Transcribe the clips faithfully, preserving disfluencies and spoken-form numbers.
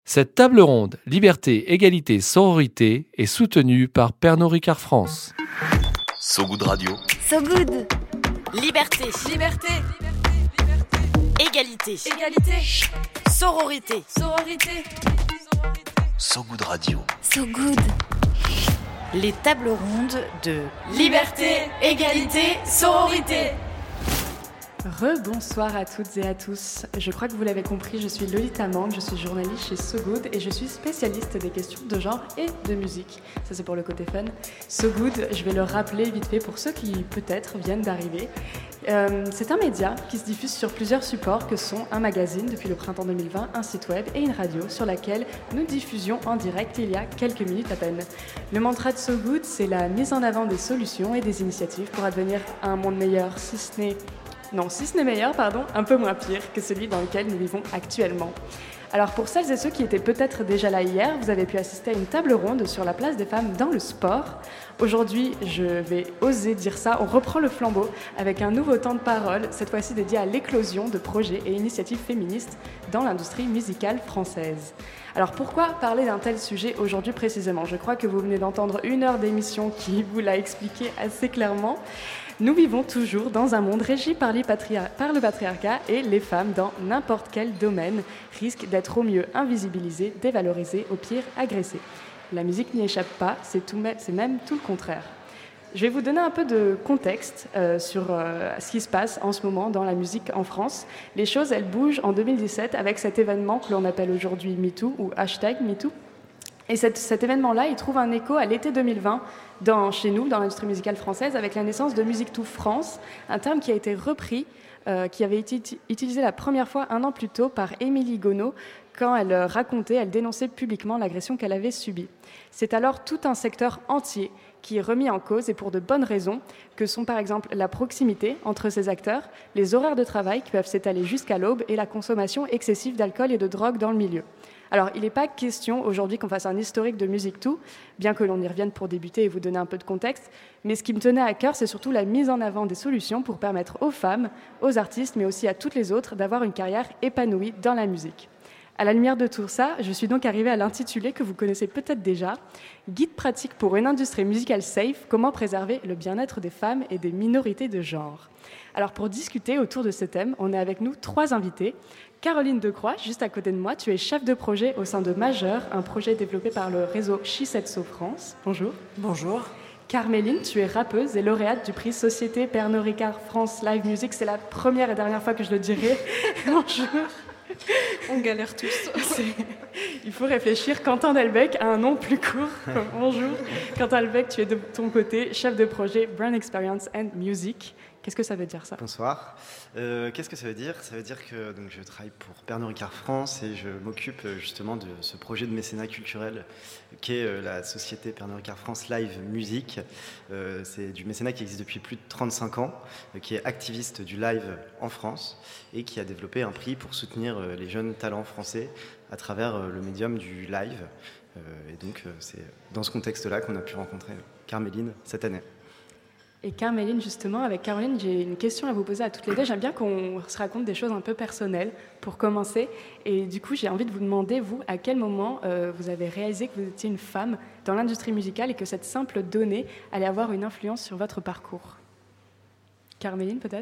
Cette table ronde Liberté, Égalité, Sororité est soutenue par Pernod Ricard France. So Good Radio. So Good. Liberté. Liberté. Égalité. Égalité. Sororité. Sororité. So Good Radio. So Good. Les tables rondes de Liberté, Égalité, Sororité. Rebonsoir à toutes et à tous. Je crois que vous l'avez compris, je suis Lolita Mang, je suis journaliste chez So Good et je suis spécialiste des questions de genre et de musique. Ça c'est pour le côté fun. So Good, je vais le rappeler vite fait pour ceux qui peut-être viennent d'arriver. Euh, c'est un média qui se diffuse sur plusieurs supports que sont un magazine depuis le printemps deux mille vingt, un site web et une radio sur laquelle nous diffusions en direct il y a quelques minutes à peine. Le mantra de So Good, c'est la mise en avant des solutions et des initiatives pour advenir un monde meilleur, si ce n'est Non, si ce n'est meilleur, pardon, un peu moins pire que celui dans lequel nous vivons actuellement. Alors pour celles et ceux qui étaient peut-être déjà là hier, vous avez pu assister à une table ronde sur la place des femmes dans le sport. Aujourd'hui, je vais oser dire ça, on reprend le flambeau avec un nouveau temps de parole, cette fois-ci dédié à l'éclosion de projets et initiatives féministes dans l'industrie musicale française. Alors pourquoi parler d'un tel sujet aujourd'hui précisément ? Je crois que vous venez d'entendre une heure d'émission qui vous l'a expliqué assez clairement. Nous vivons toujours dans un monde régi par, les patriar- par le patriarcat et les femmes, dans n'importe quel domaine, risquent d'être au mieux invisibilisées, dévalorisées, au pire agressées. La musique n'y échappe pas, c'est, tout me- c'est même tout le contraire. Je vais vous donner un peu de contexte euh, sur euh, ce qui se passe en ce moment dans la musique en France. Les choses, elles bougent en deux mille dix-sept avec cet événement que l'on appelle aujourd'hui MeToo ou hashtag MeToo. Et cette, cet événement-là, il trouve un écho à l'été deux mille vingt dans, chez nous, dans l'industrie musicale française, avec la naissance de Musique Tout France, un terme qui a été repris, euh, qui avait été utilisé la première fois un an plus tôt par Émilie Gonod, quand elle racontait, elle dénonçait publiquement l'agression qu'elle avait subie. C'est alors tout un secteur entier qui est remis en cause, et pour de bonnes raisons, que sont par exemple la proximité entre ces acteurs, les horaires de travail qui peuvent s'étaler jusqu'à l'aube et la consommation excessive d'alcool et de drogue dans le milieu. Alors, il n'est pas question aujourd'hui qu'on fasse un historique de Musique Tout, bien que l'on y revienne pour débuter et vous donner un peu de contexte, mais ce qui me tenait à cœur, c'est surtout la mise en avant des solutions pour permettre aux femmes, aux artistes, mais aussi à toutes les autres, d'avoir une carrière épanouie dans la musique. À la lumière de tout ça, je suis donc arrivée à l'intitulé que vous connaissez peut-être déjà, « Guide pratique pour une industrie musicale safe, comment préserver le bien-être des femmes et des minorités de genre ». Alors pour discuter autour de ce thème, on est avec nous trois invités. Caroline Decroix, juste à côté de moi, tu es chef de projet au sein de Majeur, un projet développé par le réseau She Said So France. Bonjour. Bonjour. Carméline, tu es rappeuse et lauréate du prix Société Pernod Ricard France Live Music. C'est la première et dernière fois que je le dirai. Bonjour. On galère tous. Il faut réfléchir. Quentin Delbecq a un nom plus court. Bonjour. Quentin Delbecq, tu es de ton côté chef de projet Brand Experience and Music. Qu'est-ce que ça veut dire ça ? Bonsoir. Euh, qu'est-ce que ça veut dire ? Ça veut dire que donc, je travaille pour Pernod Ricard France et je m'occupe justement de ce projet de mécénat culturel qu'est euh, la société Pernod Ricard France Live Music. Euh, c'est du mécénat qui existe depuis plus de trente-cinq ans, euh, qui est activiste du live en France et qui a développé un prix pour soutenir euh, les jeunes talents français à travers euh, le médium du live. Euh, et donc euh, c'est dans ce contexte-là qu'on a pu rencontrer Carméline cette année. Et Carméline, justement, avec Caroline, j'ai une question à vous poser à toutes les deux. J'aime bien qu'on se raconte des choses un peu personnelles pour commencer. Et du coup, j'ai envie de vous demander, vous, à quel moment euh, vous avez réalisé que vous étiez une femme dans l'industrie musicale et que cette simple donnée allait avoir une influence sur votre parcours ? Carméline, peut-être ?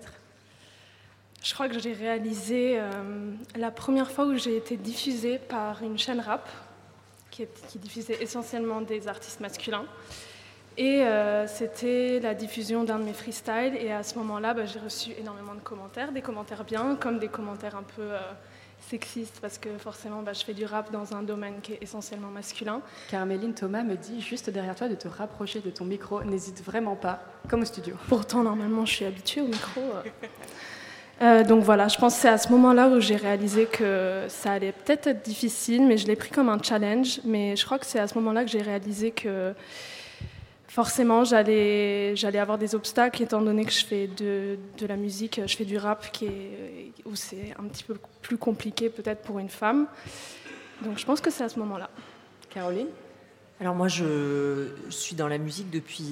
Je crois que j'ai réalisé euh, la première fois où j'ai été diffusée par une chaîne rap qui, est, qui diffusait essentiellement des artistes masculins. Et euh, c'était la diffusion d'un de mes freestyles. Et à ce moment-là, bah, j'ai reçu énormément de commentaires, des commentaires bien, comme des commentaires un peu euh, sexistes, parce que forcément, bah, je fais du rap dans un domaine qui est essentiellement masculin. Carméline, Thomas me dit juste derrière toi de te rapprocher de ton micro. N'hésite vraiment pas, comme au studio. Pourtant, normalement, je suis habituée au micro. Euh. Euh, donc voilà, je pense que c'est à ce moment-là où j'ai réalisé que ça allait peut-être être difficile, mais je l'ai pris comme un challenge. Mais je crois que c'est à ce moment-là que j'ai réalisé que forcément, j'allais, j'allais avoir des obstacles, étant donné que je fais de, de la musique, je fais du rap, qui est, où c'est un petit peu plus compliqué peut-être pour une femme. Donc je pense que c'est à ce moment-là. Caroline ? Alors moi, je suis dans la musique depuis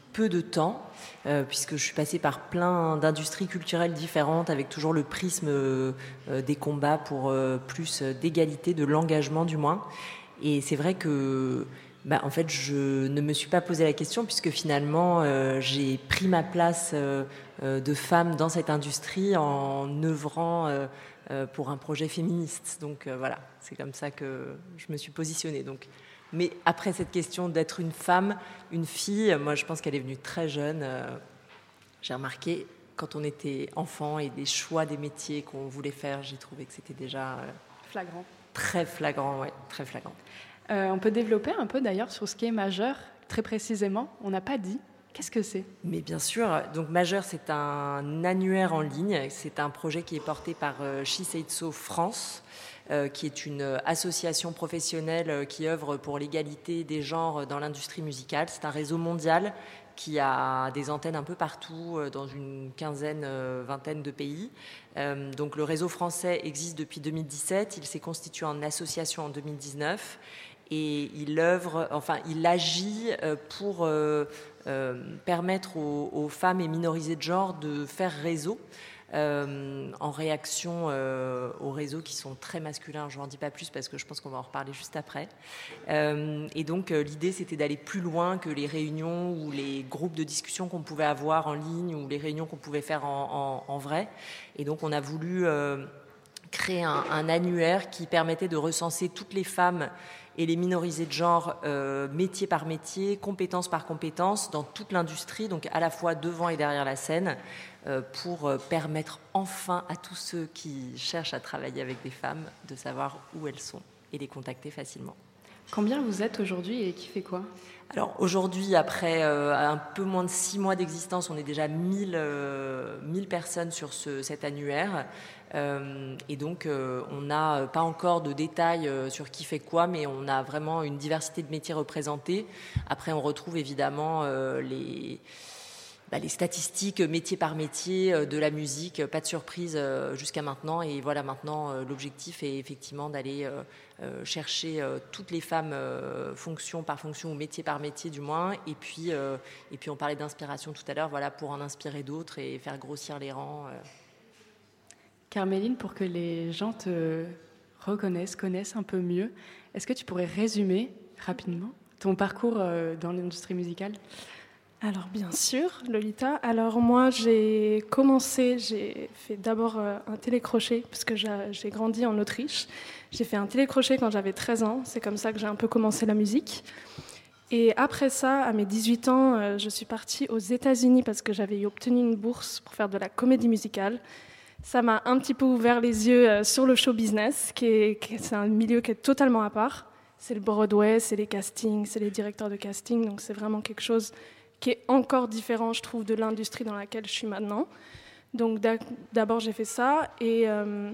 peu de temps, euh, puisque je suis passée par plein d'industries culturelles différentes, avec toujours le prisme euh, des combats pour euh, plus d'égalité, de l'engagement du moins. Et c'est vrai que bah, en fait, je ne me suis pas posé la question, puisque finalement, euh, j'ai pris ma place euh, euh, de femme dans cette industrie en œuvrant euh, euh, pour un projet féministe. Donc euh, voilà, c'est comme ça que je me suis positionnée. Donc, mais après cette question d'être une femme, une fille, moi je pense qu'elle est venue très jeune. Euh, j'ai remarqué quand on était enfant et des choix des métiers qu'on voulait faire, j'ai trouvé que c'était déjà euh, Flagrant. Très flagrant, ouais, très flagrant. Euh, on peut développer un peu d'ailleurs sur ce qui est majeur, très précisément. On n'a pas dit. Qu'est-ce que c'est ? Mais bien sûr, donc Majeur, c'est un annuaire en ligne. C'est un projet qui est porté par euh, Shiseizo France, euh, qui est une association professionnelle euh, qui œuvre pour l'égalité des genres dans l'industrie musicale. C'est un réseau mondial qui a des antennes un peu partout, euh, dans une quinzaine, euh, vingtaine de pays. Euh, donc le réseau français existe depuis deux mille dix-sept. Il s'est constitué en association en deux mille dix-neuf. Et il œuvre, enfin, il agit pour euh, euh, permettre aux, aux femmes et minorisées de genre de faire réseau euh, en réaction euh, aux réseaux qui sont très masculins. Je n'en dis pas plus parce que je pense qu'on va en reparler juste après. Euh, et donc, euh, l'idée, c'était d'aller plus loin que les réunions ou les groupes de discussion qu'on pouvait avoir en ligne ou les réunions qu'on pouvait faire en, en, en vrai. Et donc, on a voulu euh, créer un, un annuaire qui permettait de recenser toutes les femmes et les minorisés de genre, euh, métier par métier, compétence par compétence, dans toute l'industrie, donc à la fois devant et derrière la scène, euh, pour euh, permettre enfin à tous ceux qui cherchent à travailler avec des femmes de savoir où elles sont et les contacter facilement. Combien vous êtes aujourd'hui et qui fait quoi ? Alors aujourd'hui, après euh, un peu moins de six mois d'existence, on est déjà mille, euh, mille personnes sur ce, cet annuaire. Euh, et donc, euh, on n'a pas encore de détails euh, sur qui fait quoi, mais on a vraiment une diversité de métiers représentés. Après, on retrouve évidemment euh, les, bah, les statistiques métier par métier euh, de la musique. Pas de surprise euh, jusqu'à maintenant. Et voilà, maintenant, euh, l'objectif est effectivement d'aller euh, euh, chercher euh, toutes les femmes, euh, fonction par fonction ou métier par métier du moins. Et puis, euh, et puis on parlait d'inspiration tout à l'heure, voilà, pour en inspirer d'autres et faire grossir les rangs. Euh. Carméline, pour que les gens te reconnaissent, connaissent un peu mieux, est-ce que tu pourrais résumer rapidement ton parcours dans l'industrie musicale ? Alors bien sûr, Lolita. Alors moi, j'ai commencé, j'ai fait d'abord un télécrochet, parce que j'ai grandi en Autriche. J'ai fait un télécrochet quand j'avais treize ans, c'est comme ça que j'ai un peu commencé la musique. Et après ça, à mes dix-huit ans, je suis partie aux États-Unis parce que j'avais obtenu une bourse pour faire de la comédie musicale. Ça m'a un petit peu ouvert les yeux sur le show business, qui est, qui est, c'est un milieu qui est totalement à part. C'est le Broadway, c'est les castings, c'est les directeurs de casting, donc c'est vraiment quelque chose qui est encore différent, je trouve, de l'industrie dans laquelle je suis maintenant. Donc d'abord, j'ai fait ça, et euh,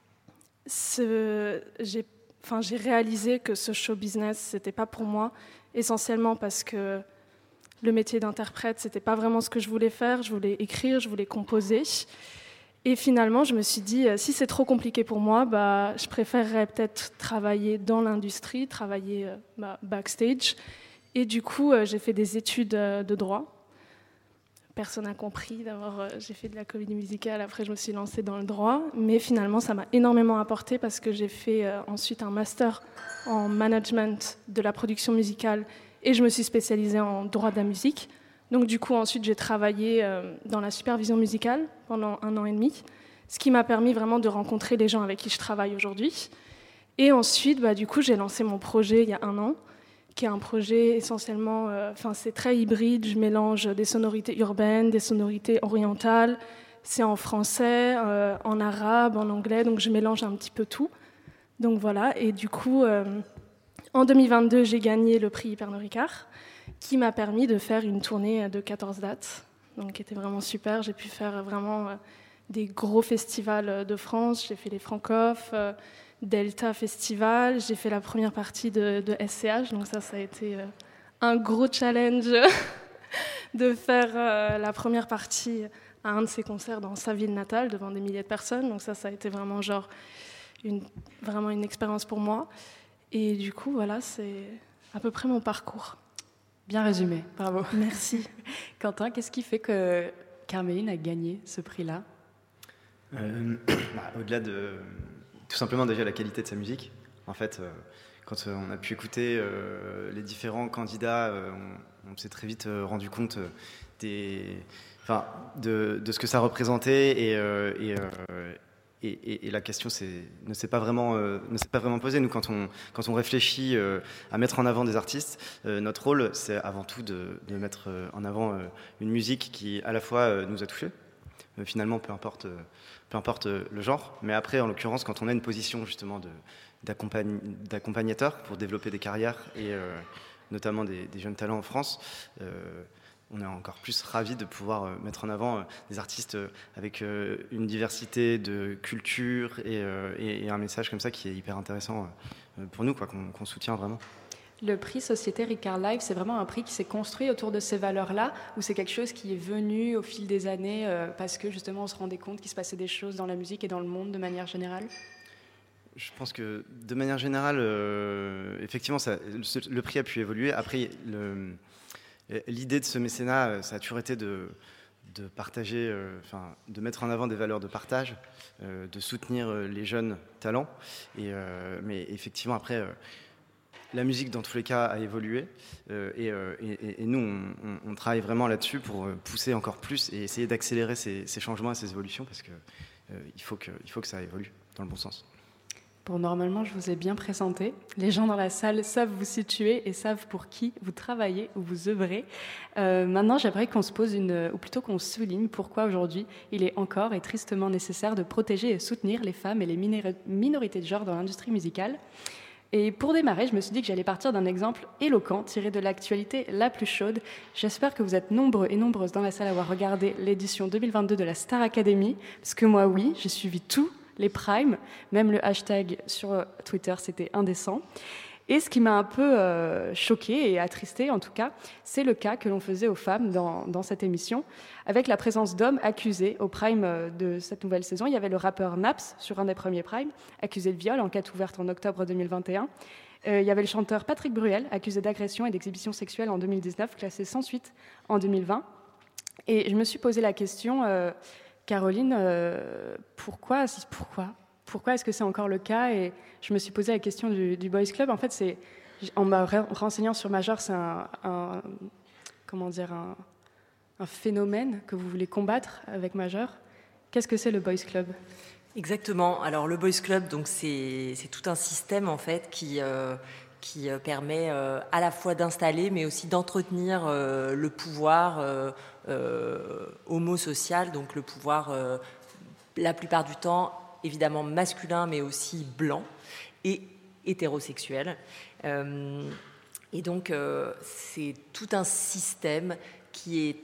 ce, j'ai, enfin, j'ai réalisé que ce show business, c'était pas pour moi, essentiellement parce que le métier d'interprète, c'était pas vraiment ce que je voulais faire. Je voulais écrire, je voulais composer. Et finalement, je me suis dit, euh, si c'est trop compliqué pour moi, bah, je préférerais peut-être travailler dans l'industrie, travailler euh, bah, backstage. Et du coup, euh, j'ai fait des études euh, de droit. Personne n'a compris. D'abord, euh, j'ai fait de la comédie musicale, après je me suis lancée dans le droit. Mais finalement, ça m'a énormément apporté parce que j'ai fait euh, ensuite un master en management de la production musicale et je me suis spécialisée en droit de la musique. Donc du coup, ensuite, j'ai travaillé euh, dans la supervision musicale pendant un an et demi, ce qui m'a permis vraiment de rencontrer les gens avec qui je travaille aujourd'hui. Et ensuite, bah, du coup, j'ai lancé mon projet il y a un an, qui est un projet essentiellement, enfin, euh, c'est très hybride. Je mélange des sonorités urbaines, des sonorités orientales. C'est en français, euh, en arabe, en anglais, donc je mélange un petit peu tout. Donc voilà, et du coup, euh, en deux mille vingt-deux, j'ai gagné le prix Pernod Ricard, qui m'a permis de faire une tournée de quatorze dates, donc qui était vraiment super. J'ai pu faire vraiment euh, des gros festivals de France. J'ai fait les Francof, euh, Delta Festival. J'ai fait la première partie de, de S C H, donc ça, ça a été euh, un gros challenge de faire euh, la première partie à un de ses concerts dans sa ville natale, devant des milliers de personnes. Donc ça, ça a été vraiment genre une, vraiment une expérience pour moi. Et du coup, voilà, c'est à peu près mon parcours. Bien résumé, bravo. Merci. Quentin, qu'est-ce qui fait que Carmeline a gagné ce prix-là ? Euh, bah, au-delà de tout simplement déjà la qualité de sa musique, en fait, euh, quand euh, on a pu écouter euh, les différents candidats, euh, on, on s'est très vite euh, rendu compte euh, des, enfin, de, de ce que ça représentait et, euh, et, euh, et, et, et la question c'est, ne s'est pas vraiment, euh, ne s'est pas vraiment posée. Nous, quand on, quand on réfléchit euh, à mettre en avant des artistes, euh, notre rôle, c'est avant tout de, de mettre en avant euh, une musique qui, à la fois, euh, nous a touchés. Euh, finalement, peu importe, euh, peu importe euh, le genre. Mais après, en l'occurrence, quand on a une position justement de, d'accompagne, d'accompagnateur pour développer des carrières et euh, notamment des, des jeunes talents en France, euh, on est encore plus ravis de pouvoir euh, mettre en avant euh, des artistes euh, avec euh, une diversité de culture et, euh, et, et un message comme ça qui est hyper intéressant euh, pour nous, quoi, qu'on, qu'on soutient vraiment. Le prix Société Ricard Live, c'est vraiment un prix qui s'est construit autour de ces valeurs-là, ou c'est quelque chose qui est venu au fil des années euh, parce que justement on se rendait compte qu'il se passait des choses dans la musique et dans le monde de manière générale ? Je pense que de manière générale, euh, effectivement, ça, le, le prix a pu évoluer. Après, le, l'idée de ce mécénat, ça a toujours été de, de partager, euh, enfin, de mettre en avant des valeurs de partage, euh, de soutenir les jeunes talents. Et, euh, mais effectivement, après... Euh, La musique, dans tous les cas, a évolué euh, et, euh, et, et nous, on, on, on travaille vraiment là-dessus pour pousser encore plus et essayer d'accélérer ces, ces changements et ces évolutions parce qu'il euh, faut que, il faut que ça évolue dans le bon sens. Bon, normalement, je vous ai bien présenté. Les gens dans la salle savent vous situer et savent pour qui vous travaillez ou vous œuvrez. Euh, maintenant, j'aimerais qu'on se pose une, ou plutôt qu'on souligne pourquoi aujourd'hui il est encore et tristement nécessaire de protéger et soutenir les femmes et les minori- minorités de genre dans l'industrie musicale. Et pour démarrer, je me suis dit que j'allais partir d'un exemple éloquent tiré de l'actualité la plus chaude. J'espère que vous êtes nombreux et nombreuses dans la salle à avoir regardé l'édition deux mille vingt-deux de la Star Academy, parce que moi, oui, j'ai suivi tous les primes, même le hashtag sur Twitter, c'était indécent. Et ce qui m'a un peu euh, choquée et attristée, en tout cas, c'est le cas que l'on faisait aux femmes dans, dans cette émission, avec la présence d'hommes accusés au prime de cette nouvelle saison. Il y avait le rappeur Naps sur un des premiers primes, accusé de viol, enquête ouverte en octobre deux mille vingt et un. Euh, il y avait le chanteur Patrick Bruel, accusé d'agression et d'exhibition sexuelle en deux mille dix-neuf, classé sans suite en deux mille vingt. Et je me suis posé la question, euh, Caroline, euh, pourquoi, pourquoi Pourquoi est-ce que c'est encore le cas ? Et je me suis posé la question du, du Boys Club. En fait, c'est, en me renseignant sur Majeur, c'est un, un, comment dire, un, un phénomène que vous voulez combattre avec Majeur. Qu'est-ce que c'est le Boys Club ? Exactement. Alors le Boys Club, donc c'est, c'est tout un système en fait qui euh, qui permet euh, à la fois d'installer, mais aussi d'entretenir euh, le pouvoir euh, euh, homosocial, donc le pouvoir euh, la plupart du temps évidemment masculin, mais aussi blanc et hétérosexuel. Euh, et donc, euh, c'est tout un système qui est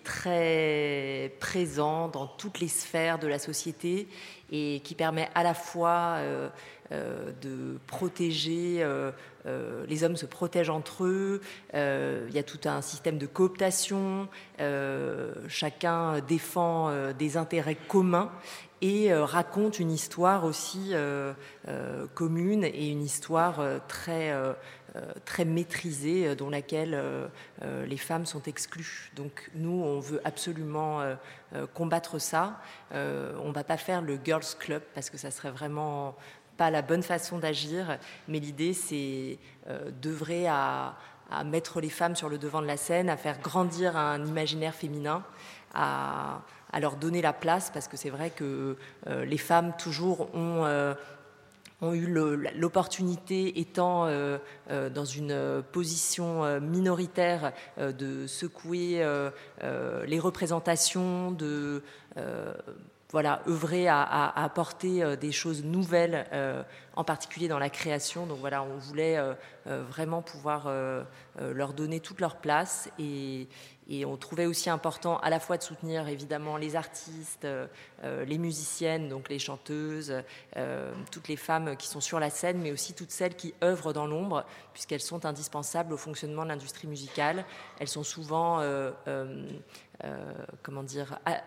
très présent dans toutes les sphères de la société et qui permet à la fois euh, euh, de protéger, euh, euh, les hommes se protègent entre eux, euh, il y a tout un système de cooptation, euh, chacun défend euh, des intérêts communs et euh, raconte une histoire aussi euh, euh, commune et une histoire euh, très, euh, très maîtrisée, dont laquelle euh, euh, les femmes sont exclues. Donc nous, on veut absolument euh, euh, combattre ça. Euh, on ne va pas faire le Girls Club parce que ça serait vraiment pas la bonne façon d'agir, mais l'idée, c'est euh, d'œuvrer à, à mettre les femmes sur le devant de la scène, à faire grandir un imaginaire féminin, à... à leur donner la place, parce que c'est vrai que euh, les femmes toujours ont, euh, ont eu le, l'opportunité, étant euh, euh, dans une position minoritaire, euh, de secouer euh, euh, les représentations, de euh, voilà, œuvrer à, à, à apporter euh, des choses nouvelles, euh, en particulier dans la création. Donc voilà, on voulait euh, euh, vraiment pouvoir euh, euh, leur donner toute leur place et Et on trouvait aussi important à la fois de soutenir évidemment les artistes, euh, les musiciennes, donc les chanteuses, euh, toutes les femmes qui sont sur la scène, mais aussi toutes celles qui œuvrent dans l'ombre, puisqu'elles sont indispensables au fonctionnement de l'industrie musicale. Elles sont souvent, euh, euh, euh, comment dire, à,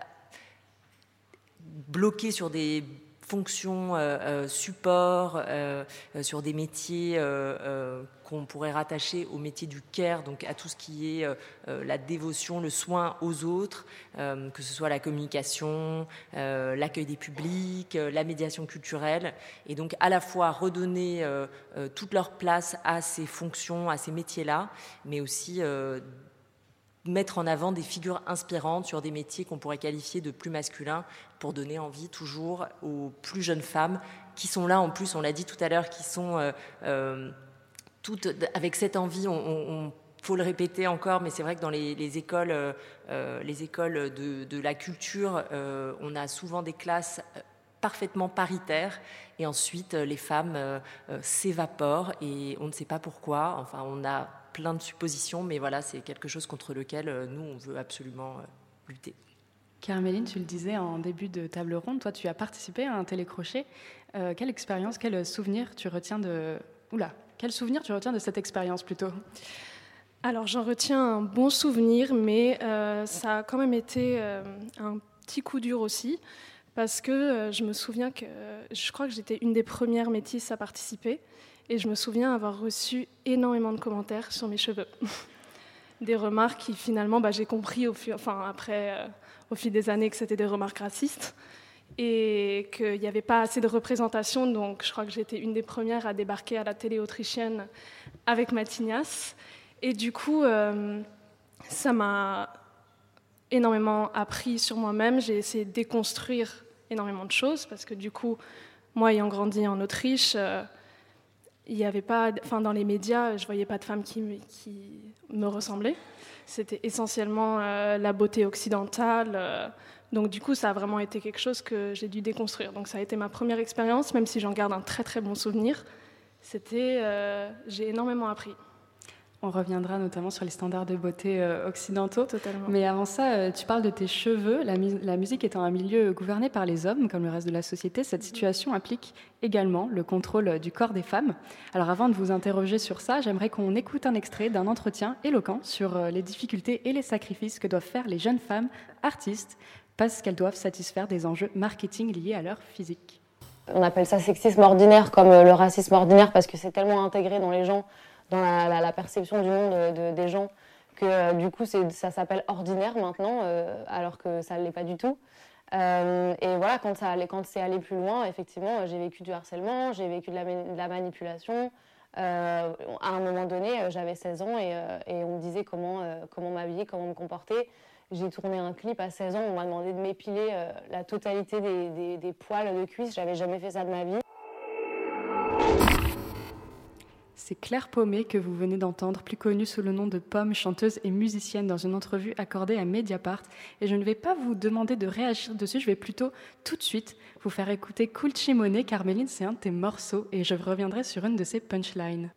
bloquées sur des fonctions euh, euh, support, euh, sur des métiers euh, euh, qu'on pourrait rattacher au métier du care, donc à tout ce qui est euh, la dévotion, le soin aux autres, euh, que ce soit la communication, euh, l'accueil des publics, euh, la médiation culturelle, et donc à la fois redonner euh, euh, toute leur place à ces fonctions, à ces métiers-là, mais aussi euh, mettre en avant des figures inspirantes sur des métiers qu'on pourrait qualifier de plus masculins pour donner envie toujours aux plus jeunes femmes qui sont là en plus, on l'a dit tout à l'heure, qui sont euh, euh, toutes avec cette envie, on, on, on faut le répéter encore, mais c'est vrai que dans les, les écoles, euh, les écoles de, de la culture, euh, on a souvent des classes parfaitement paritaires et ensuite les femmes euh, euh, s'évaporent et on ne sait pas pourquoi, enfin on a plein de suppositions, mais voilà, c'est quelque chose contre lequel euh, nous, on veut absolument euh, lutter. Carméline, tu le disais en début de table ronde, toi tu as participé à un télécrochet. Euh, quelle expérience, quel souvenir tu retiens de... Oula, quel souvenir tu retiens de cette expérience plutôt ? Alors j'en retiens un bon souvenir, mais euh, ça a quand même été euh, un petit coup dur aussi, parce que euh, je me souviens que euh, je crois que j'étais une des premières métisses à participer. Et je me souviens avoir reçu énormément de commentaires sur mes cheveux. Des remarques qui, finalement, bah, j'ai compris au, fur, enfin, après, euh, au fil des années que c'était des remarques racistes et qu'il n'y avait pas assez de représentation. Donc, je crois que j'étais une des premières à débarquer à la télé autrichienne avec ma tignasse. Et du coup, euh, ça m'a énormément appris sur moi-même. J'ai essayé de déconstruire énormément de choses parce que, du coup, moi, ayant grandi en Autriche... Euh, Il y avait pas, enfin dans les médias, je voyais pas de femmes qui, qui me ressemblaient. C'était essentiellement euh, la beauté occidentale. Euh, donc du coup, ça a vraiment été quelque chose que j'ai dû déconstruire. Donc ça a été ma première expérience, même si j'en garde un très très bon souvenir. C'était, euh, j'ai énormément appris. On reviendra notamment sur les standards de beauté euh, occidentaux. Totalement. Mais avant ça, euh, tu parles de tes cheveux. La, mu- la musique étant un milieu gouverné par les hommes, comme le reste de la société, cette situation implique également le contrôle du corps des femmes. Alors avant de vous interroger sur ça, j'aimerais qu'on écoute un extrait d'un entretien éloquent sur euh, les difficultés et les sacrifices que doivent faire les jeunes femmes artistes parce qu'elles doivent satisfaire des enjeux marketing liés à leur physique. On appelle ça sexisme ordinaire comme le racisme ordinaire parce que c'est tellement intégré dans les gens, dans la, la, la perception du monde de, de, des gens, que euh, du coup c'est, ça s'appelle ordinaire maintenant, euh, alors que ça ne l'est pas du tout. Euh, et voilà, quand, ça allait, quand c'est allé plus loin, effectivement, j'ai vécu du harcèlement, j'ai vécu de la, de la manipulation. Euh, à un moment donné, j'avais seize ans et, euh, et on me disait comment, euh, comment m'habiller, comment me comporter. J'ai tourné un clip à seize ans, on m'a demandé de m'épiler euh, la totalité des, des, des poils de cuisse, j'avais jamais fait ça de ma vie. C'est Claire Paumet que vous venez d'entendre, plus connue sous le nom de Pomme, chanteuse et musicienne dans une entrevue accordée à Mediapart. Et je ne vais pas vous demander de réagir dessus, je vais plutôt tout de suite vous faire écouter Cool Chimone. Carméline, c'est un de tes morceaux et je reviendrai sur une de ses punchlines.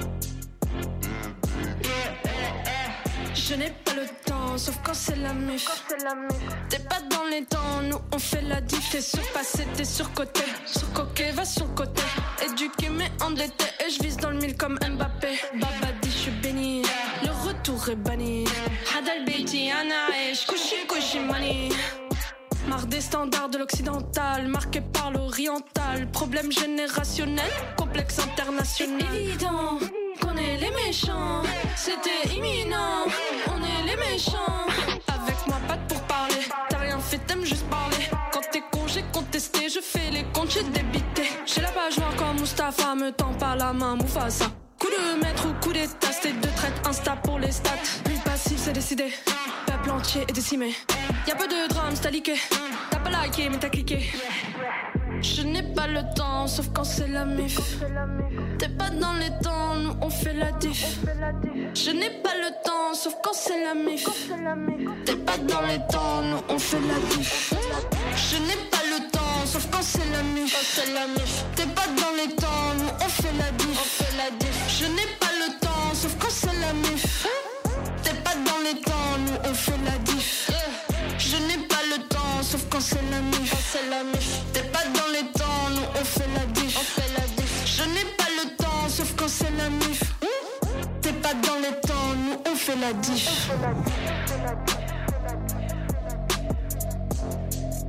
Je n'ai pas le temps, sauf quand c'est la mif. T'es pas dans les temps, nous on fait la diff. T'es surpassé, t'es surcoté, surcoqué, va sur le côté. Éduqué mais endetté, et je vise dans le mille comme Mbappé. Babadi, je suis béni, le retour est banni. Hadal Beiti, Anaïch, Kushi Kushi Mani. Marre des standards de l'occidental, marqué par l'oriental. Problème générationnel, complexe international. C'est évident qu'on est les méchants, c'était imminent. On est les méchants. Avec moi, pas de pourparler. T'as rien fait, t'aimes juste parler. Quand t'es con, j'ai contesté. Je fais les comptes, j'ai débité. J'ai la page noire comme Mustapha, me tend pas la main, Mufasa. Coup de maître ou coup d'état, c'était deux traites Insta pour les stats. Plus passif, c'est décidé. Peuple entier est décimé. Y'a peu de drame, c'est liké. T'as pas liké, mais t'as cliqué. Je n'ai pas le temps, sauf quand c'est la mif. T'es pas dans les temps, nous on fait la diff. Je n'ai pas le temps, sauf quand c'est la mif. T'es pas dans les temps, nous on fait la diff. Je n'ai pas le temps, sauf quand c'est la mif. T'es pas dans les temps, nous on fait la diff. Je n'ai pas le temps, sauf quand c'est la mif. T'es pas dans les temps, nous on fait la diff. Je n'ai pas le temps, sauf quand c'est la mif. T'es pas dans les temps, nous on fait la diff. Je n'ai pas le temps, sauf quand c'est la mif. T'es pas dans les temps, nous on fait la diff.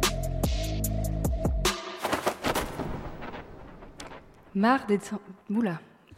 Marre d'être... Oula,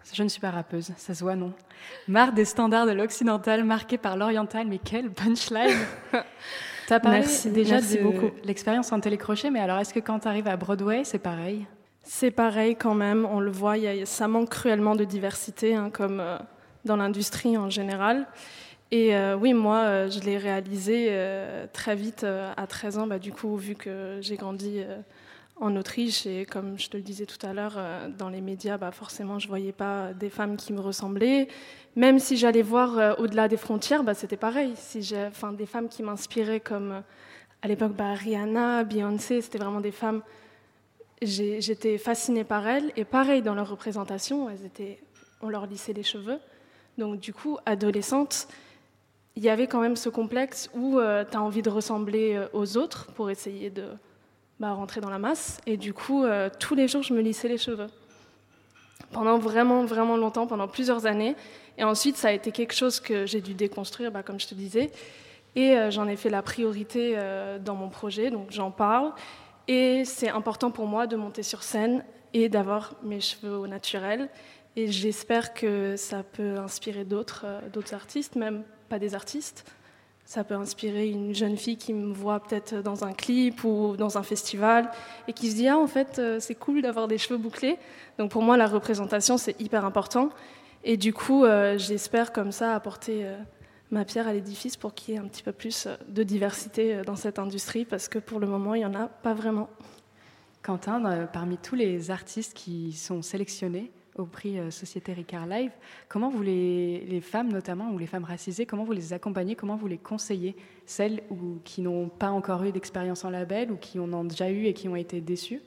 Je ne suis pas rappeuse, ça se voit, non. Marre des standards de l'occidental marqués par l'oriental, mais quelle punchline. Tu as parlé Merci, déjà merci de beaucoup. l'expérience en télécrochet, mais alors est-ce que quand tu arrives à Broadway, c'est pareil? C'est pareil quand même, on le voit, il y a, ça manque cruellement de diversité, hein, comme euh, dans l'industrie en général. Et euh, oui, moi, euh, je l'ai réalisé euh, très vite, euh, à treize ans, bah, du coup, vu que j'ai grandi euh, en Autriche, et comme je te le disais tout à l'heure, euh, dans les médias, bah, forcément, je ne voyais pas des femmes qui me ressemblaient. Même si j'allais voir euh, au-delà des frontières, bah, c'était pareil. Si j'ai, enfin, des femmes qui m'inspiraient comme, euh, à l'époque, bah, Rihanna, Beyoncé, c'était vraiment des femmes... J'ai, j'étais fascinée par elles, et pareil, dans leur représentation, elles étaient, on leur lissait les cheveux. Donc du coup, adolescente, il y avait quand même ce complexe où euh, tu as envie de ressembler euh, aux autres pour essayer de bah, rentrer dans la masse. Et du coup, euh, tous les jours, je me lissais les cheveux. Pendant vraiment, vraiment longtemps, pendant plusieurs années. Et ensuite, ça a été quelque chose que j'ai dû déconstruire, bah, comme je te disais. Et euh, j'en ai fait la priorité euh, dans mon projet, donc j'en parle. Et c'est important pour moi de monter sur scène et d'avoir mes cheveux au naturel. Et j'espère que ça peut inspirer d'autres, euh, d'autres artistes, même pas des artistes. Ça peut inspirer une jeune fille qui me voit peut-être dans un clip ou dans un festival et qui se dit « Ah, en fait, euh, c'est cool d'avoir des cheveux bouclés ». Donc pour moi, la représentation, c'est hyper important. Et du coup, euh, j'espère comme ça apporter... Euh, ma pierre à l'édifice pour qu'il y ait un petit peu plus de diversité dans cette industrie, parce que pour le moment, il n'y en a pas vraiment. Quentin, parmi tous les artistes qui sont sélectionnés au prix Société Ricard Live, comment vous les, les femmes notamment, ou les femmes racisées, comment vous les accompagnez, comment vous les conseillez, celles ou, qui n'ont pas encore eu d'expérience en label ou qui en ont déjà eu et qui ont été déçues?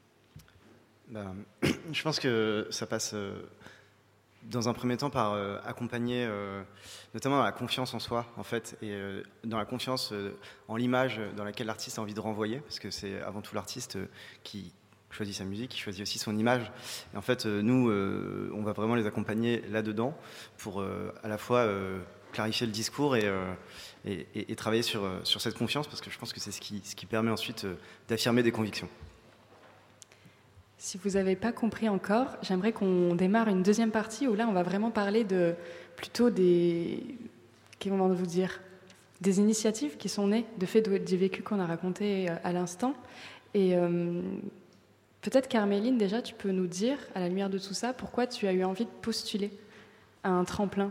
Ben, je pense que ça passe... Euh... dans un premier temps par euh, accompagner euh, notamment dans la confiance en soi en fait, et euh, dans la confiance euh, en l'image dans laquelle l'artiste a envie de renvoyer, parce que c'est avant tout l'artiste euh, qui choisit sa musique, qui choisit aussi son image, et en fait euh, nous euh, on va vraiment les accompagner là-dedans pour euh, à la fois euh, clarifier le discours et, euh, et, et, et travailler sur, euh, sur cette confiance, parce que je pense que c'est ce qui, ce qui permet ensuite euh, d'affirmer des convictions. Si vous n'avez pas compris encore, j'aimerais qu'on démarre une deuxième partie où là, on va vraiment parler de plutôt des, comment vous dire, des initiatives qui sont nées de fait du vécu qu'on a raconté à l'instant. Et euh, peut-être Carméline, déjà, tu peux nous dire, à la lumière de tout ça, pourquoi tu as eu envie de postuler à un tremplin?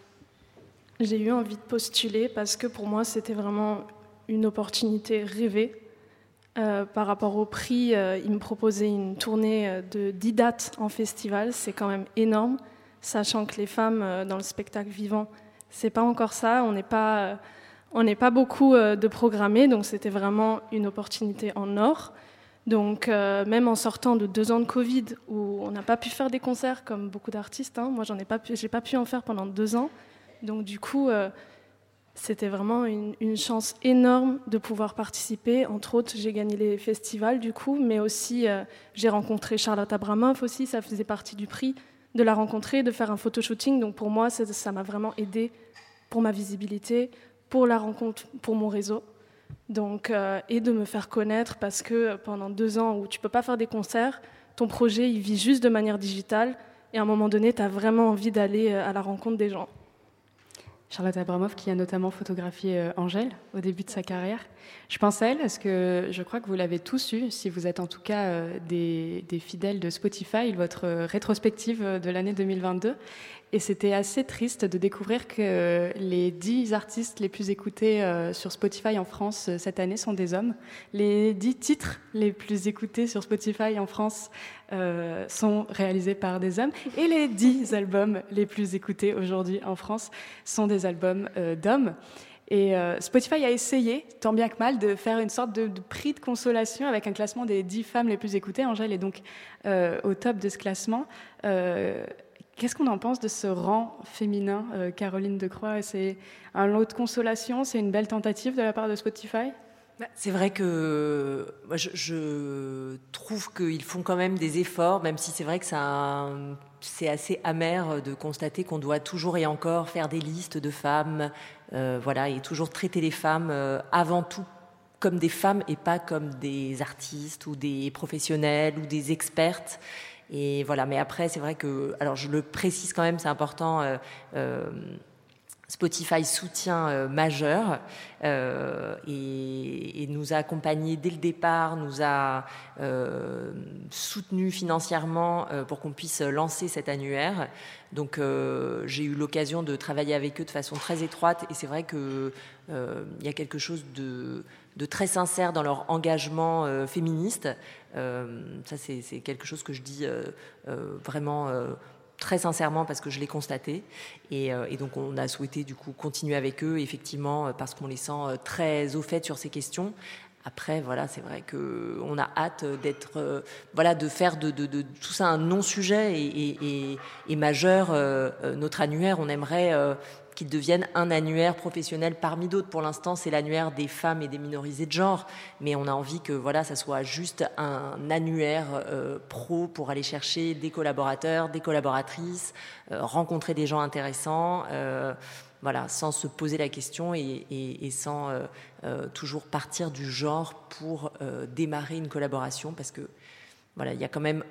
J'ai eu envie de postuler parce que pour moi, c'était vraiment une opportunité rêvée. Euh, par rapport au prix, euh, ils me proposaient une tournée de dix dates en festival. C'est quand même énorme, sachant que les femmes euh, dans le spectacle vivant, c'est pas encore ça. On n'est pas, euh, on n'est pas beaucoup euh, de programmés, donc c'était vraiment une opportunité en or. Donc euh, même en sortant de deux ans de Covid, où on n'a pas pu faire des concerts comme beaucoup d'artistes, hein, moi j'en ai pas pu, j'ai pas pu en faire pendant deux ans. Donc du coup, euh, c'était vraiment une, une chance énorme de pouvoir participer. Entre autres, j'ai gagné les festivals du coup, mais aussi euh, j'ai rencontré Charlotte Abramoff aussi, ça faisait partie du prix de la rencontrer, de faire un photoshooting. Donc pour moi, ça, ça m'a vraiment aidé pour ma visibilité, pour la rencontre, pour mon réseau. Donc, euh, et de me faire connaître, parce que pendant deux ans où tu ne peux pas faire des concerts, ton projet il vit juste de manière digitale, et à un moment donné, tu as vraiment envie d'aller à la rencontre des gens. Charlotte Abramoff, qui a notamment photographié euh, Angèle au début de sa carrière. Je pense à elle parce que je crois que vous l'avez tous eu, si vous êtes en tout cas euh, des, des fidèles de Spotify, votre euh, rétrospective de l'année deux mille vingt-deux. Et c'était assez triste de découvrir que euh, les dix artistes les plus écoutés euh, sur Spotify en France euh, cette année sont des hommes. Les dix titres les plus écoutés sur Spotify en France euh, sont réalisés par des hommes. Et les dix albums les plus écoutés aujourd'hui en France sont des albums euh, d'hommes. Et euh, Spotify a essayé, tant bien que mal, de faire une sorte de, de prix de consolation avec un classement des dix femmes les plus écoutées. Angèle est donc euh, au top de ce classement. Euh, Qu'est-ce qu'on en pense de ce rang féminin, euh, Caroline Decroix? C'est un lot de consolation, c'est une belle tentative de la part de Spotify? C'est vrai que moi, je, je trouve qu'ils font quand même des efforts, même si c'est vrai que ça, c'est assez amer de constater qu'on doit toujours et encore faire des listes de femmes, euh, voilà, et toujours traiter les femmes euh, avant tout comme des femmes et pas comme des artistes ou des professionnels ou des expertes. et voilà. Mais après, c'est vrai que, alors je le précise quand même, c'est important. Euh, euh, Spotify soutient euh, Majeur euh, et, et nous a accompagnés dès le départ, nous a euh, soutenus financièrement euh, pour qu'on puisse lancer cet annuaire. Donc euh, j'ai eu l'occasion de travailler avec eux de façon très étroite et c'est vrai qu'il euh, y a quelque chose de, de très sincère dans leur engagement euh, féministe. Euh, ça c'est, c'est quelque chose que je dis euh, euh, vraiment... Euh, très sincèrement parce que je l'ai constaté et, euh, et donc on a souhaité du coup continuer avec eux effectivement parce qu'on les sent très au fait sur ces questions. Après voilà, c'est vrai que on a hâte d'être euh, voilà de faire de, de, de tout ça un non-sujet et, et, et, et Majeur euh, notre annuaire, on aimerait euh, qu'il devienne un annuaire professionnel parmi d'autres. Pour l'instant, c'est l'annuaire des femmes et des minorisés de genre, mais on a envie que voilà, ça soit juste un annuaire euh, pro pour aller chercher des collaborateurs, des collaboratrices, euh, rencontrer des gens intéressants, euh, voilà, sans se poser la question et, et, et sans euh, euh, toujours partir du genre pour euh, démarrer une collaboration, parce que voilà, il y a quand même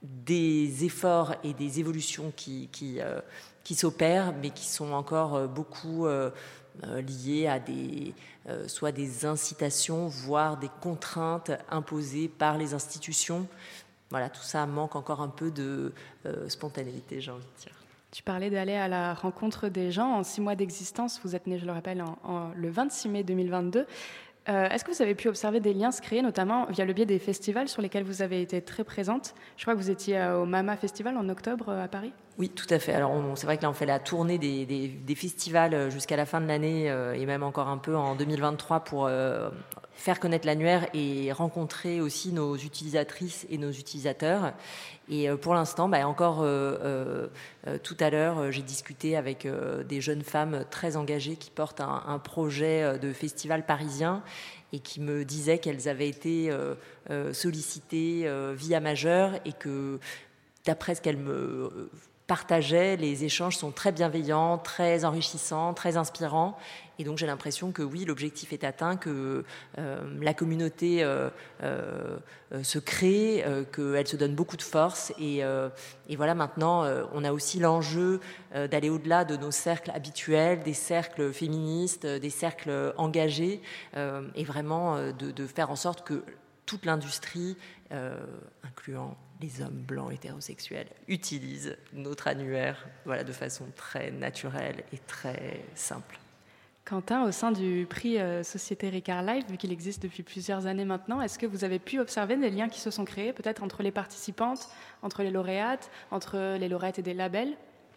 des efforts et des évolutions qui, qui euh, qui s'opèrent, mais qui sont encore euh, beaucoup euh, euh, liées à des, euh, soit des incitations, voire des contraintes imposées par les institutions. Voilà, tout ça manque encore un peu de euh, spontanéité, j'ai envie de dire. Tu parlais d'aller à la rencontre des gens. En six mois d'existence, vous êtes né, je le rappelle, en, en, le vingt-six mai deux mille vingt-deux. Euh, est-ce que vous avez pu observer des liens se créer, notamment via le biais des festivals sur lesquels vous avez été très présente? Je crois que vous étiez au Mama Festival en octobre à Paris. Oui, tout à fait. Alors, on, c'est vrai que là, on fait la tournée des, des, des festivals jusqu'à la fin de l'année euh, et même encore un peu en deux mille vingt-trois pour euh, faire connaître l'annuaire et rencontrer aussi nos utilisatrices et nos utilisateurs. Et euh, pour l'instant, bah, encore euh, euh, tout à l'heure, euh, j'ai discuté avec euh, des jeunes femmes très engagées qui portent un, un projet de festival parisien et qui me disaient qu'elles avaient été euh, euh, sollicitées euh, via Majeur et que, d'après ce qu'elles me partageaient, les échanges sont très bienveillants, très enrichissants, très inspirants. Et donc j'ai l'impression que oui, l'objectif est atteint, que euh, la communauté euh, euh, se crée, euh, qu'elle se donne beaucoup de force. Et, euh, et voilà, maintenant, euh, on a aussi l'enjeu euh, d'aller au-delà de nos cercles habituels, des cercles féministes, des cercles engagés, euh, et vraiment euh, de, de faire en sorte que toute l'industrie, euh, incluant les hommes blancs hétérosexuels, utilise notre annuaire voilà, de façon très naturelle et très simple. Quentin, au sein du prix euh, Société Ricard Live, vu qu'il existe depuis plusieurs années maintenant, est-ce que vous avez pu observer des liens qui se sont créés, peut-être entre les participantes, entre les lauréates, entre les lauréates et des labels ?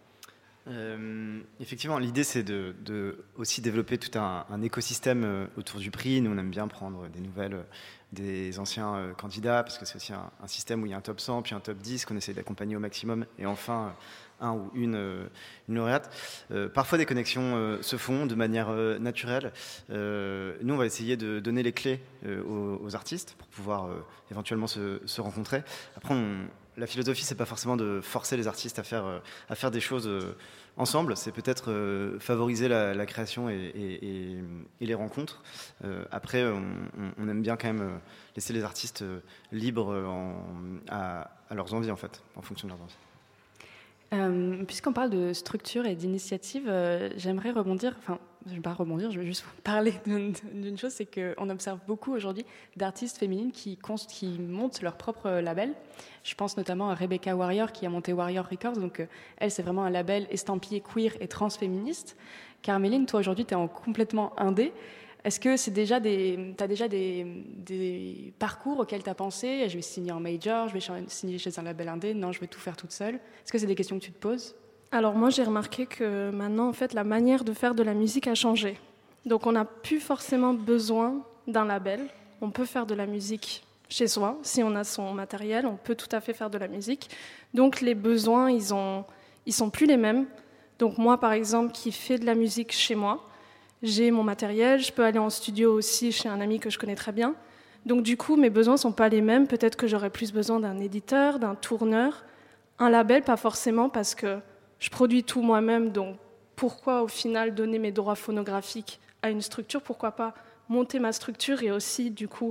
Euh, effectivement, l'idée c'est de, de aussi développer tout un, un écosystème autour du prix. Nous, on aime bien prendre des nouvelles des anciens euh, candidats, parce que c'est aussi un, un système où il y a un top cent, puis un top dix qu'on essaie d'accompagner au maximum, et enfin un ou une, euh, une lauréate. Euh, parfois, des connexions euh, se font de manière euh, naturelle. Euh, nous, on va essayer de donner les clés euh, aux, aux artistes pour pouvoir euh, éventuellement se, se rencontrer. Après, on, la philosophie, c'est pas forcément de forcer les artistes à faire, euh, à faire des choses euh, ensemble, c'est peut-être euh, favoriser la, la création et, et, et, et les rencontres. Euh, après, on, on aime bien quand même laisser les artistes libres en, à, à leurs envies, en fait, en fonction de leurs envies. Euh, puisqu'on parle de structure et d'initiative, euh, j'aimerais rebondir, enfin, je ne vais pas rebondir, je vais juste vous parler d'une, d'une chose, c'est qu'on observe beaucoup aujourd'hui d'artistes féminines qui, qui montent leur propre label. Je pense notamment à Rebecca Warrior qui a monté Warrior Records, donc euh, elle, c'est vraiment un label estampillé queer et transféministe. Carmeline, toi aujourd'hui, tu es en complètement indé. Est-ce que c'est déjà des, t'as déjà des, des parcours auxquels tu as pensé ? Je vais signer en major, je vais signer chez un label indé, non, je vais tout faire toute seule. Est-ce que c'est des questions que tu te poses ? Alors moi, j'ai remarqué que maintenant, en fait, la manière de faire de la musique a changé. Donc on n'a plus forcément besoin d'un label. On peut faire de la musique chez soi. Si on a son matériel, on peut tout à fait faire de la musique. Donc les besoins, ils ont, ils sont plus les mêmes. Donc moi, par exemple, qui fais de la musique chez moi, j'ai mon matériel, je peux aller en studio aussi chez un ami que je connais très bien. Donc du coup, mes besoins ne sont pas les mêmes. Peut-être que j'aurais plus besoin d'un éditeur, d'un tourneur. Un label, pas forcément, parce que je produis tout moi-même. Donc pourquoi au final donner mes droits phonographiques à une structure ? Pourquoi pas monter ma structure et aussi du coup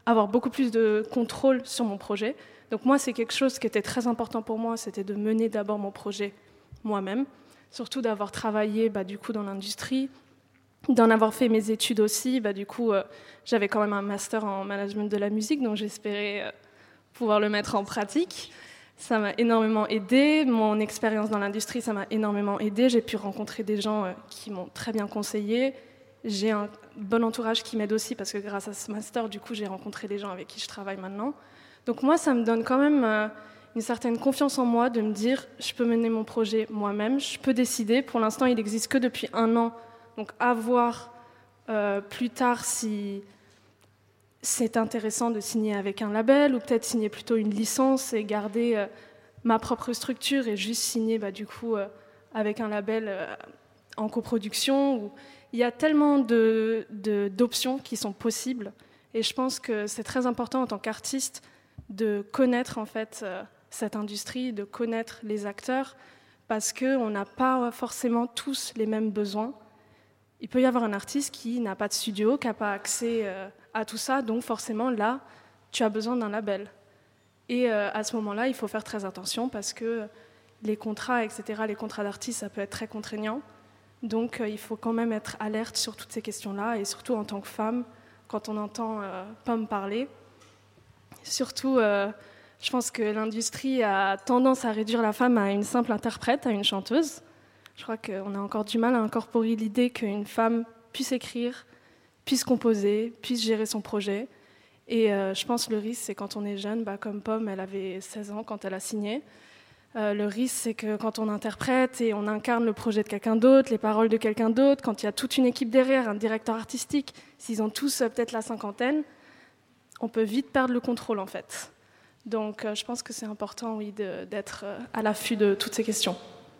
avoir beaucoup plus de contrôle sur mon projet. Donc moi, c'est quelque chose qui était très important pour moi, c'était de mener d'abord mon projet moi-même, surtout d'avoir travaillé bah, du coup dans l'industrie, d'en avoir fait mes études aussi. Bah, du coup, euh, j'avais quand même un master en management de la musique, donc j'espérais euh, pouvoir le mettre en pratique. Ça m'a énormément aidé. Mon expérience dans l'industrie, ça m'a énormément aidé. J'ai pu rencontrer des gens euh, qui m'ont très bien conseillé. J'ai un bon entourage qui m'aide aussi parce que grâce à ce master, du coup, j'ai rencontré des gens avec qui je travaille maintenant. Donc moi, ça me donne quand même euh, une certaine confiance en moi de me dire je peux mener mon projet moi-même, je peux décider. Pour l'instant, il n'existe que depuis un an. Donc à voir euh, plus tard si c'est intéressant de signer avec un label ou peut-être signer plutôt une licence et garder euh, ma propre structure et juste signer bah, du coup euh, avec un label euh, en coproduction. Ou... Il y a tellement de, de, d'options qui sont possibles et je pense que c'est très important en tant qu'artiste de connaître en fait euh, cette industrie, de connaître les acteurs parce qu'on n'a pas forcément tous les mêmes besoins. Il peut y avoir un artiste qui n'a pas de studio, qui n'a pas accès euh, à tout ça, donc forcément là, tu as besoin d'un label. Et euh, à ce moment-là, il faut faire très attention parce que les contrats, et cetera, les contrats d'artistes, ça peut être très contraignant. Donc euh, il faut quand même être alerte sur toutes ces questions-là et surtout en tant que femme, quand on entend euh, Pomme parler. Surtout, euh, je pense que l'industrie a tendance à réduire la femme à une simple interprète, à une chanteuse. Je crois qu'on a encore du mal à incorporer l'idée qu'une femme puisse écrire, puisse composer, puisse gérer son projet. Et euh, je pense que le risque, c'est quand on est jeune, bah, comme Pomme, elle avait seize ans quand elle a signé. Euh, le risque, c'est que quand on interprète et on incarne le projet de quelqu'un d'autre, les paroles de quelqu'un d'autre, quand il y a toute une équipe derrière, un directeur artistique, s'ils ont tous euh, peut-être la cinquantaine, on peut vite perdre le contrôle en fait. Donc euh, je pense que c'est important, oui, de, d'être euh, à l'affût de toutes ces questions.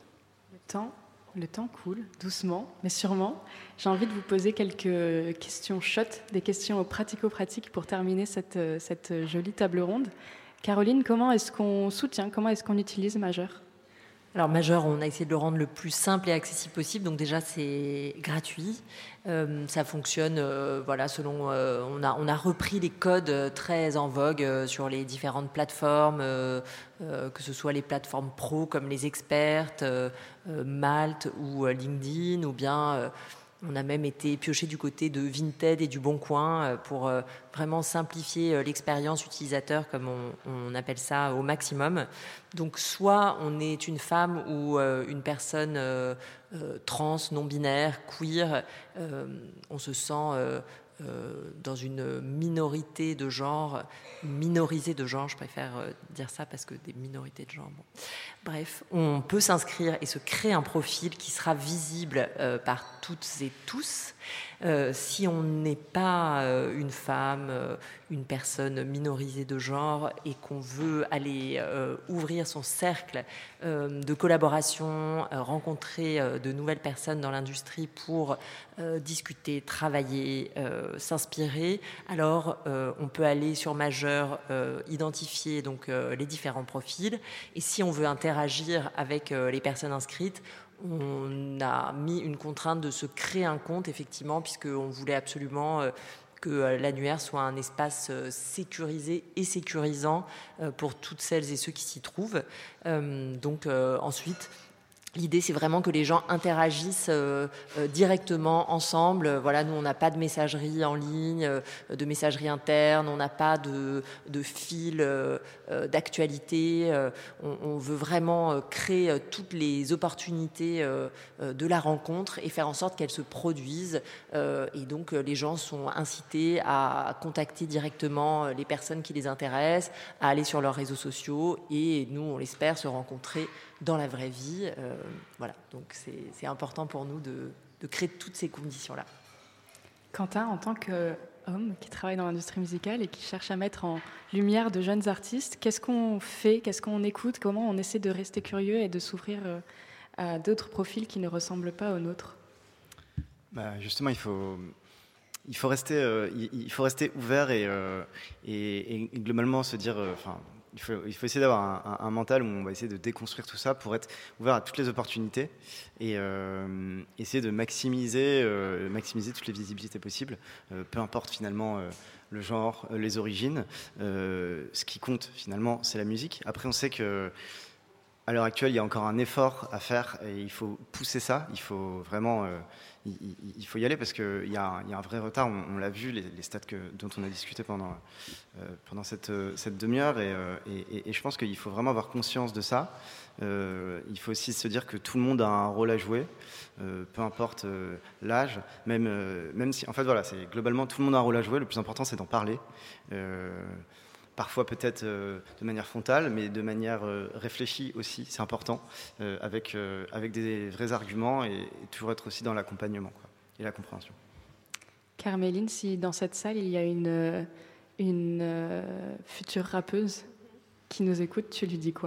Le temps Le temps coule, doucement, mais sûrement. J'ai envie de vous poser quelques questions shot, des questions pratico-pratiques pour terminer cette, cette jolie table ronde. Caroline, comment est-ce qu'on soutient, comment est-ce qu'on utilise Majeur ? Alors Majeur, on a essayé de le rendre le plus simple et accessible possible. Donc déjà, c'est gratuit. Euh, ça fonctionne, euh, voilà, selon. Euh, on a on a repris les codes très en vogue euh, sur les différentes plateformes, euh, euh, que ce soit les plateformes pro comme les Experts, euh, euh, Malte ou euh, LinkedIn, ou bien euh, on a même été pioché du côté de Vinted et du Bon Coin euh, pour euh, vraiment simplifier euh, l'expérience utilisateur, comme on, on appelle ça, au maximum. Donc soit on est une femme ou euh, une personne euh, euh, trans, non-binaire, queer, euh, on se sent euh, euh, dans une minorité de genre, minorisée de genre, je préfère euh, dire ça parce que des minorités de genre, bon. Bref, on peut s'inscrire et se créer un profil qui sera visible euh, par toutes et tous. Euh, si on n'est pas euh, une femme, euh, une personne minorisée de genre et qu'on veut aller euh, ouvrir son cercle euh, de collaboration, euh, rencontrer euh, de nouvelles personnes dans l'industrie pour euh, discuter, travailler, euh, s'inspirer, alors euh, on peut aller sur Majeur, euh, identifier donc euh, les différents profils, et si on veut interagir avec euh, les personnes inscrites, on a mis une contrainte de se créer un compte, effectivement, puisqu'on voulait absolument euh, que euh, l'annuaire soit un espace euh, sécurisé et sécurisant euh, pour toutes celles et ceux qui s'y trouvent. Euh, donc euh, ensuite, l'idée, c'est vraiment que les gens interagissent euh, euh, directement ensemble. Voilà, nous, on n'a pas de messagerie en ligne, euh, de messagerie interne, on n'a pas de, de fil euh, euh, d'actualité. Euh, on, on veut vraiment euh, créer euh, toutes les opportunités euh, euh, de la rencontre et faire en sorte qu'elles se produisent. Euh, et donc, euh, les gens sont incités à contacter directement les personnes qui les intéressent, à aller sur leurs réseaux sociaux et nous, on l'espère, se rencontrer dans la vraie vie. Euh, voilà, donc c'est, c'est important pour nous de, de créer toutes ces conditions-là. Quentin, en tant qu'homme qui travaille dans l'industrie musicale et qui cherche à mettre en lumière de jeunes artistes, qu'est-ce qu'on fait, qu'est-ce qu'on écoute, comment on essaie de rester curieux et de s'ouvrir à d'autres profils qui ne ressemblent pas aux nôtres ? Bah justement, il faut... Il faut rester, euh, il faut rester ouvert et, euh, et, et globalement se dire, enfin, il faut, il faut essayer d'avoir un, un, un mental où on va essayer de déconstruire tout ça pour être ouvert à toutes les opportunités et euh, essayer de maximiser, euh, maximiser toutes les visibilités possibles, euh, peu importe finalement euh, le genre, euh, les origines. Euh, ce qui compte finalement, c'est la musique. Après, on sait que à l'heure actuelle, il y a encore un effort à faire et il faut pousser ça. Il faut vraiment, euh, il, il, il faut y aller parce qu'il y, y a un vrai retard. On, on l'a vu, les, les stats que, dont on a discuté pendant, euh, pendant cette, cette demi-heure. Et, euh, et, et je pense qu'il faut vraiment avoir conscience de ça. Euh, il faut aussi se dire que tout le monde a un rôle à jouer, euh, peu importe euh, l'âge. Même, euh, même si, en fait, voilà, c'est globalement tout le monde a un rôle à jouer. Le plus important, c'est d'en parler. Euh, Parfois peut-être euh, de manière frontale, mais de manière euh, réfléchie aussi, c'est important, euh, avec, euh, avec des vrais arguments et, et toujours être aussi dans l'accompagnement quoi, et la compréhension. Carméline, si dans cette salle il y a une, une euh, future rappeuse qui nous écoute, tu lui dis quoi ?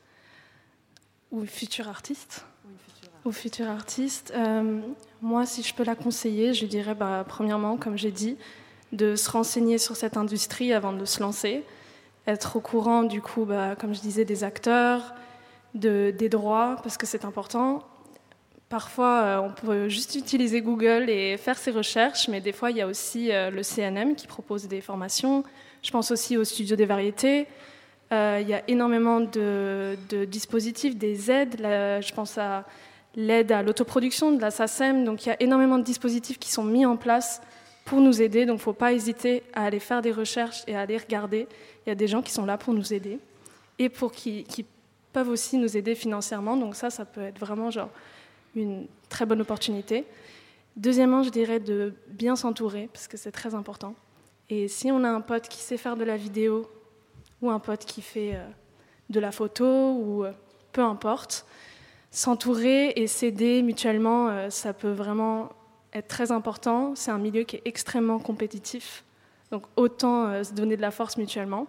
Ou futur artiste. Ou futur artiste. Euh, moi, si je peux la conseiller, je lui dirais, bah, premièrement, comme j'ai dit, de se renseigner sur cette industrie avant de se lancer, être au courant du coup, bah, comme je disais, des acteurs, de, des droits, parce que c'est important. Parfois, euh, on peut juste utiliser Google et faire ses recherches, mais des fois, il y a aussi euh, le C N M qui propose des formations. Je pense aussi au Studio des variétés. Euh, il y a énormément de, de dispositifs, des aides. Là, je pense à l'aide à l'autoproduction de la S A C E M. Donc, il y a énormément de dispositifs qui sont mis en place pour nous aider, donc il ne faut pas hésiter à aller faire des recherches et à aller regarder. Il y a des gens qui sont là pour nous aider et pour qui, qui peuvent aussi nous aider financièrement. Donc ça, ça peut être vraiment genre une très bonne opportunité. Deuxièmement, je dirais de bien s'entourer parce que c'est très important. Et si on a un pote qui sait faire de la vidéo ou un pote qui fait euh, de la photo ou euh, peu importe, s'entourer et s'aider mutuellement, euh, ça peut vraiment être très important. C'est un milieu qui est extrêmement compétitif, donc autant euh, se donner de la force mutuellement.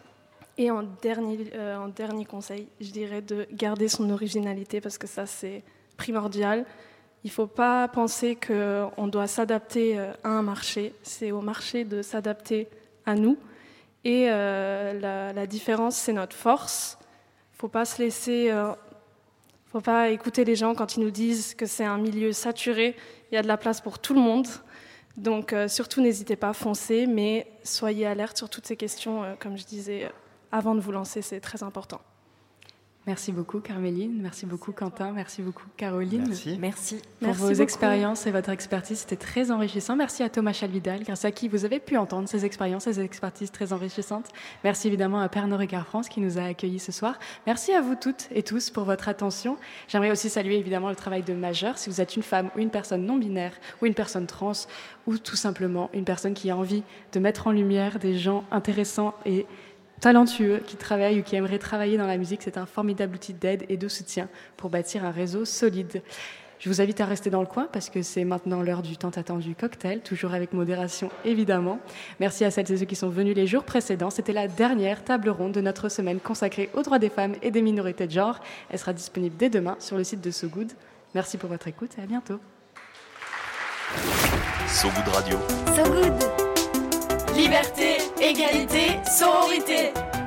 Et en dernier, euh, en dernier conseil, je dirais de garder son originalité parce que ça, c'est primordial. Il ne faut pas penser qu'on doit s'adapter euh, à un marché. C'est au marché de s'adapter à nous. Et euh, la, la différence, c'est notre force. Il ne faut pas se laisser... Euh, Il ne faut pas écouter les gens quand ils nous disent que c'est un milieu saturé, il y a de la place pour tout le monde. Donc euh, surtout, n'hésitez pas à foncer, mais soyez alerte sur toutes ces questions, euh, comme je disais, euh, avant de vous lancer, c'est très important. Merci beaucoup Carméline, merci beaucoup Quentin, merci beaucoup Caroline. Merci. Merci. Pour Merci vos beaucoup. expériences et votre expertise, c'était très enrichissant. Merci à Thomas Chalvidal, grâce à qui vous avez pu entendre ces expériences, ces expertises très enrichissantes. Merci évidemment à Pernod Ricard France qui nous a accueillis ce soir. Merci à vous toutes et tous pour votre attention. J'aimerais aussi saluer évidemment le travail de Majeur. Si vous êtes une femme ou une personne non binaire ou une personne trans ou tout simplement une personne qui a envie de mettre en lumière des gens intéressants et talentueux qui travaillent ou qui aimeraient travailler dans la musique, c'est un formidable outil d'aide et de soutien pour bâtir un réseau solide. Je vous invite à rester dans le coin parce que c'est maintenant l'heure du tant attendu cocktail, toujours avec modération évidemment. Merci à celles et ceux qui sont venus les jours précédents. C'était la dernière table ronde de notre semaine consacrée aux droits des femmes et des minorités de genre. Elle sera disponible dès demain sur le site de So Good. Merci pour votre écoute et à bientôt. So Good Radio. So Good. Liberté, égalité, sororité.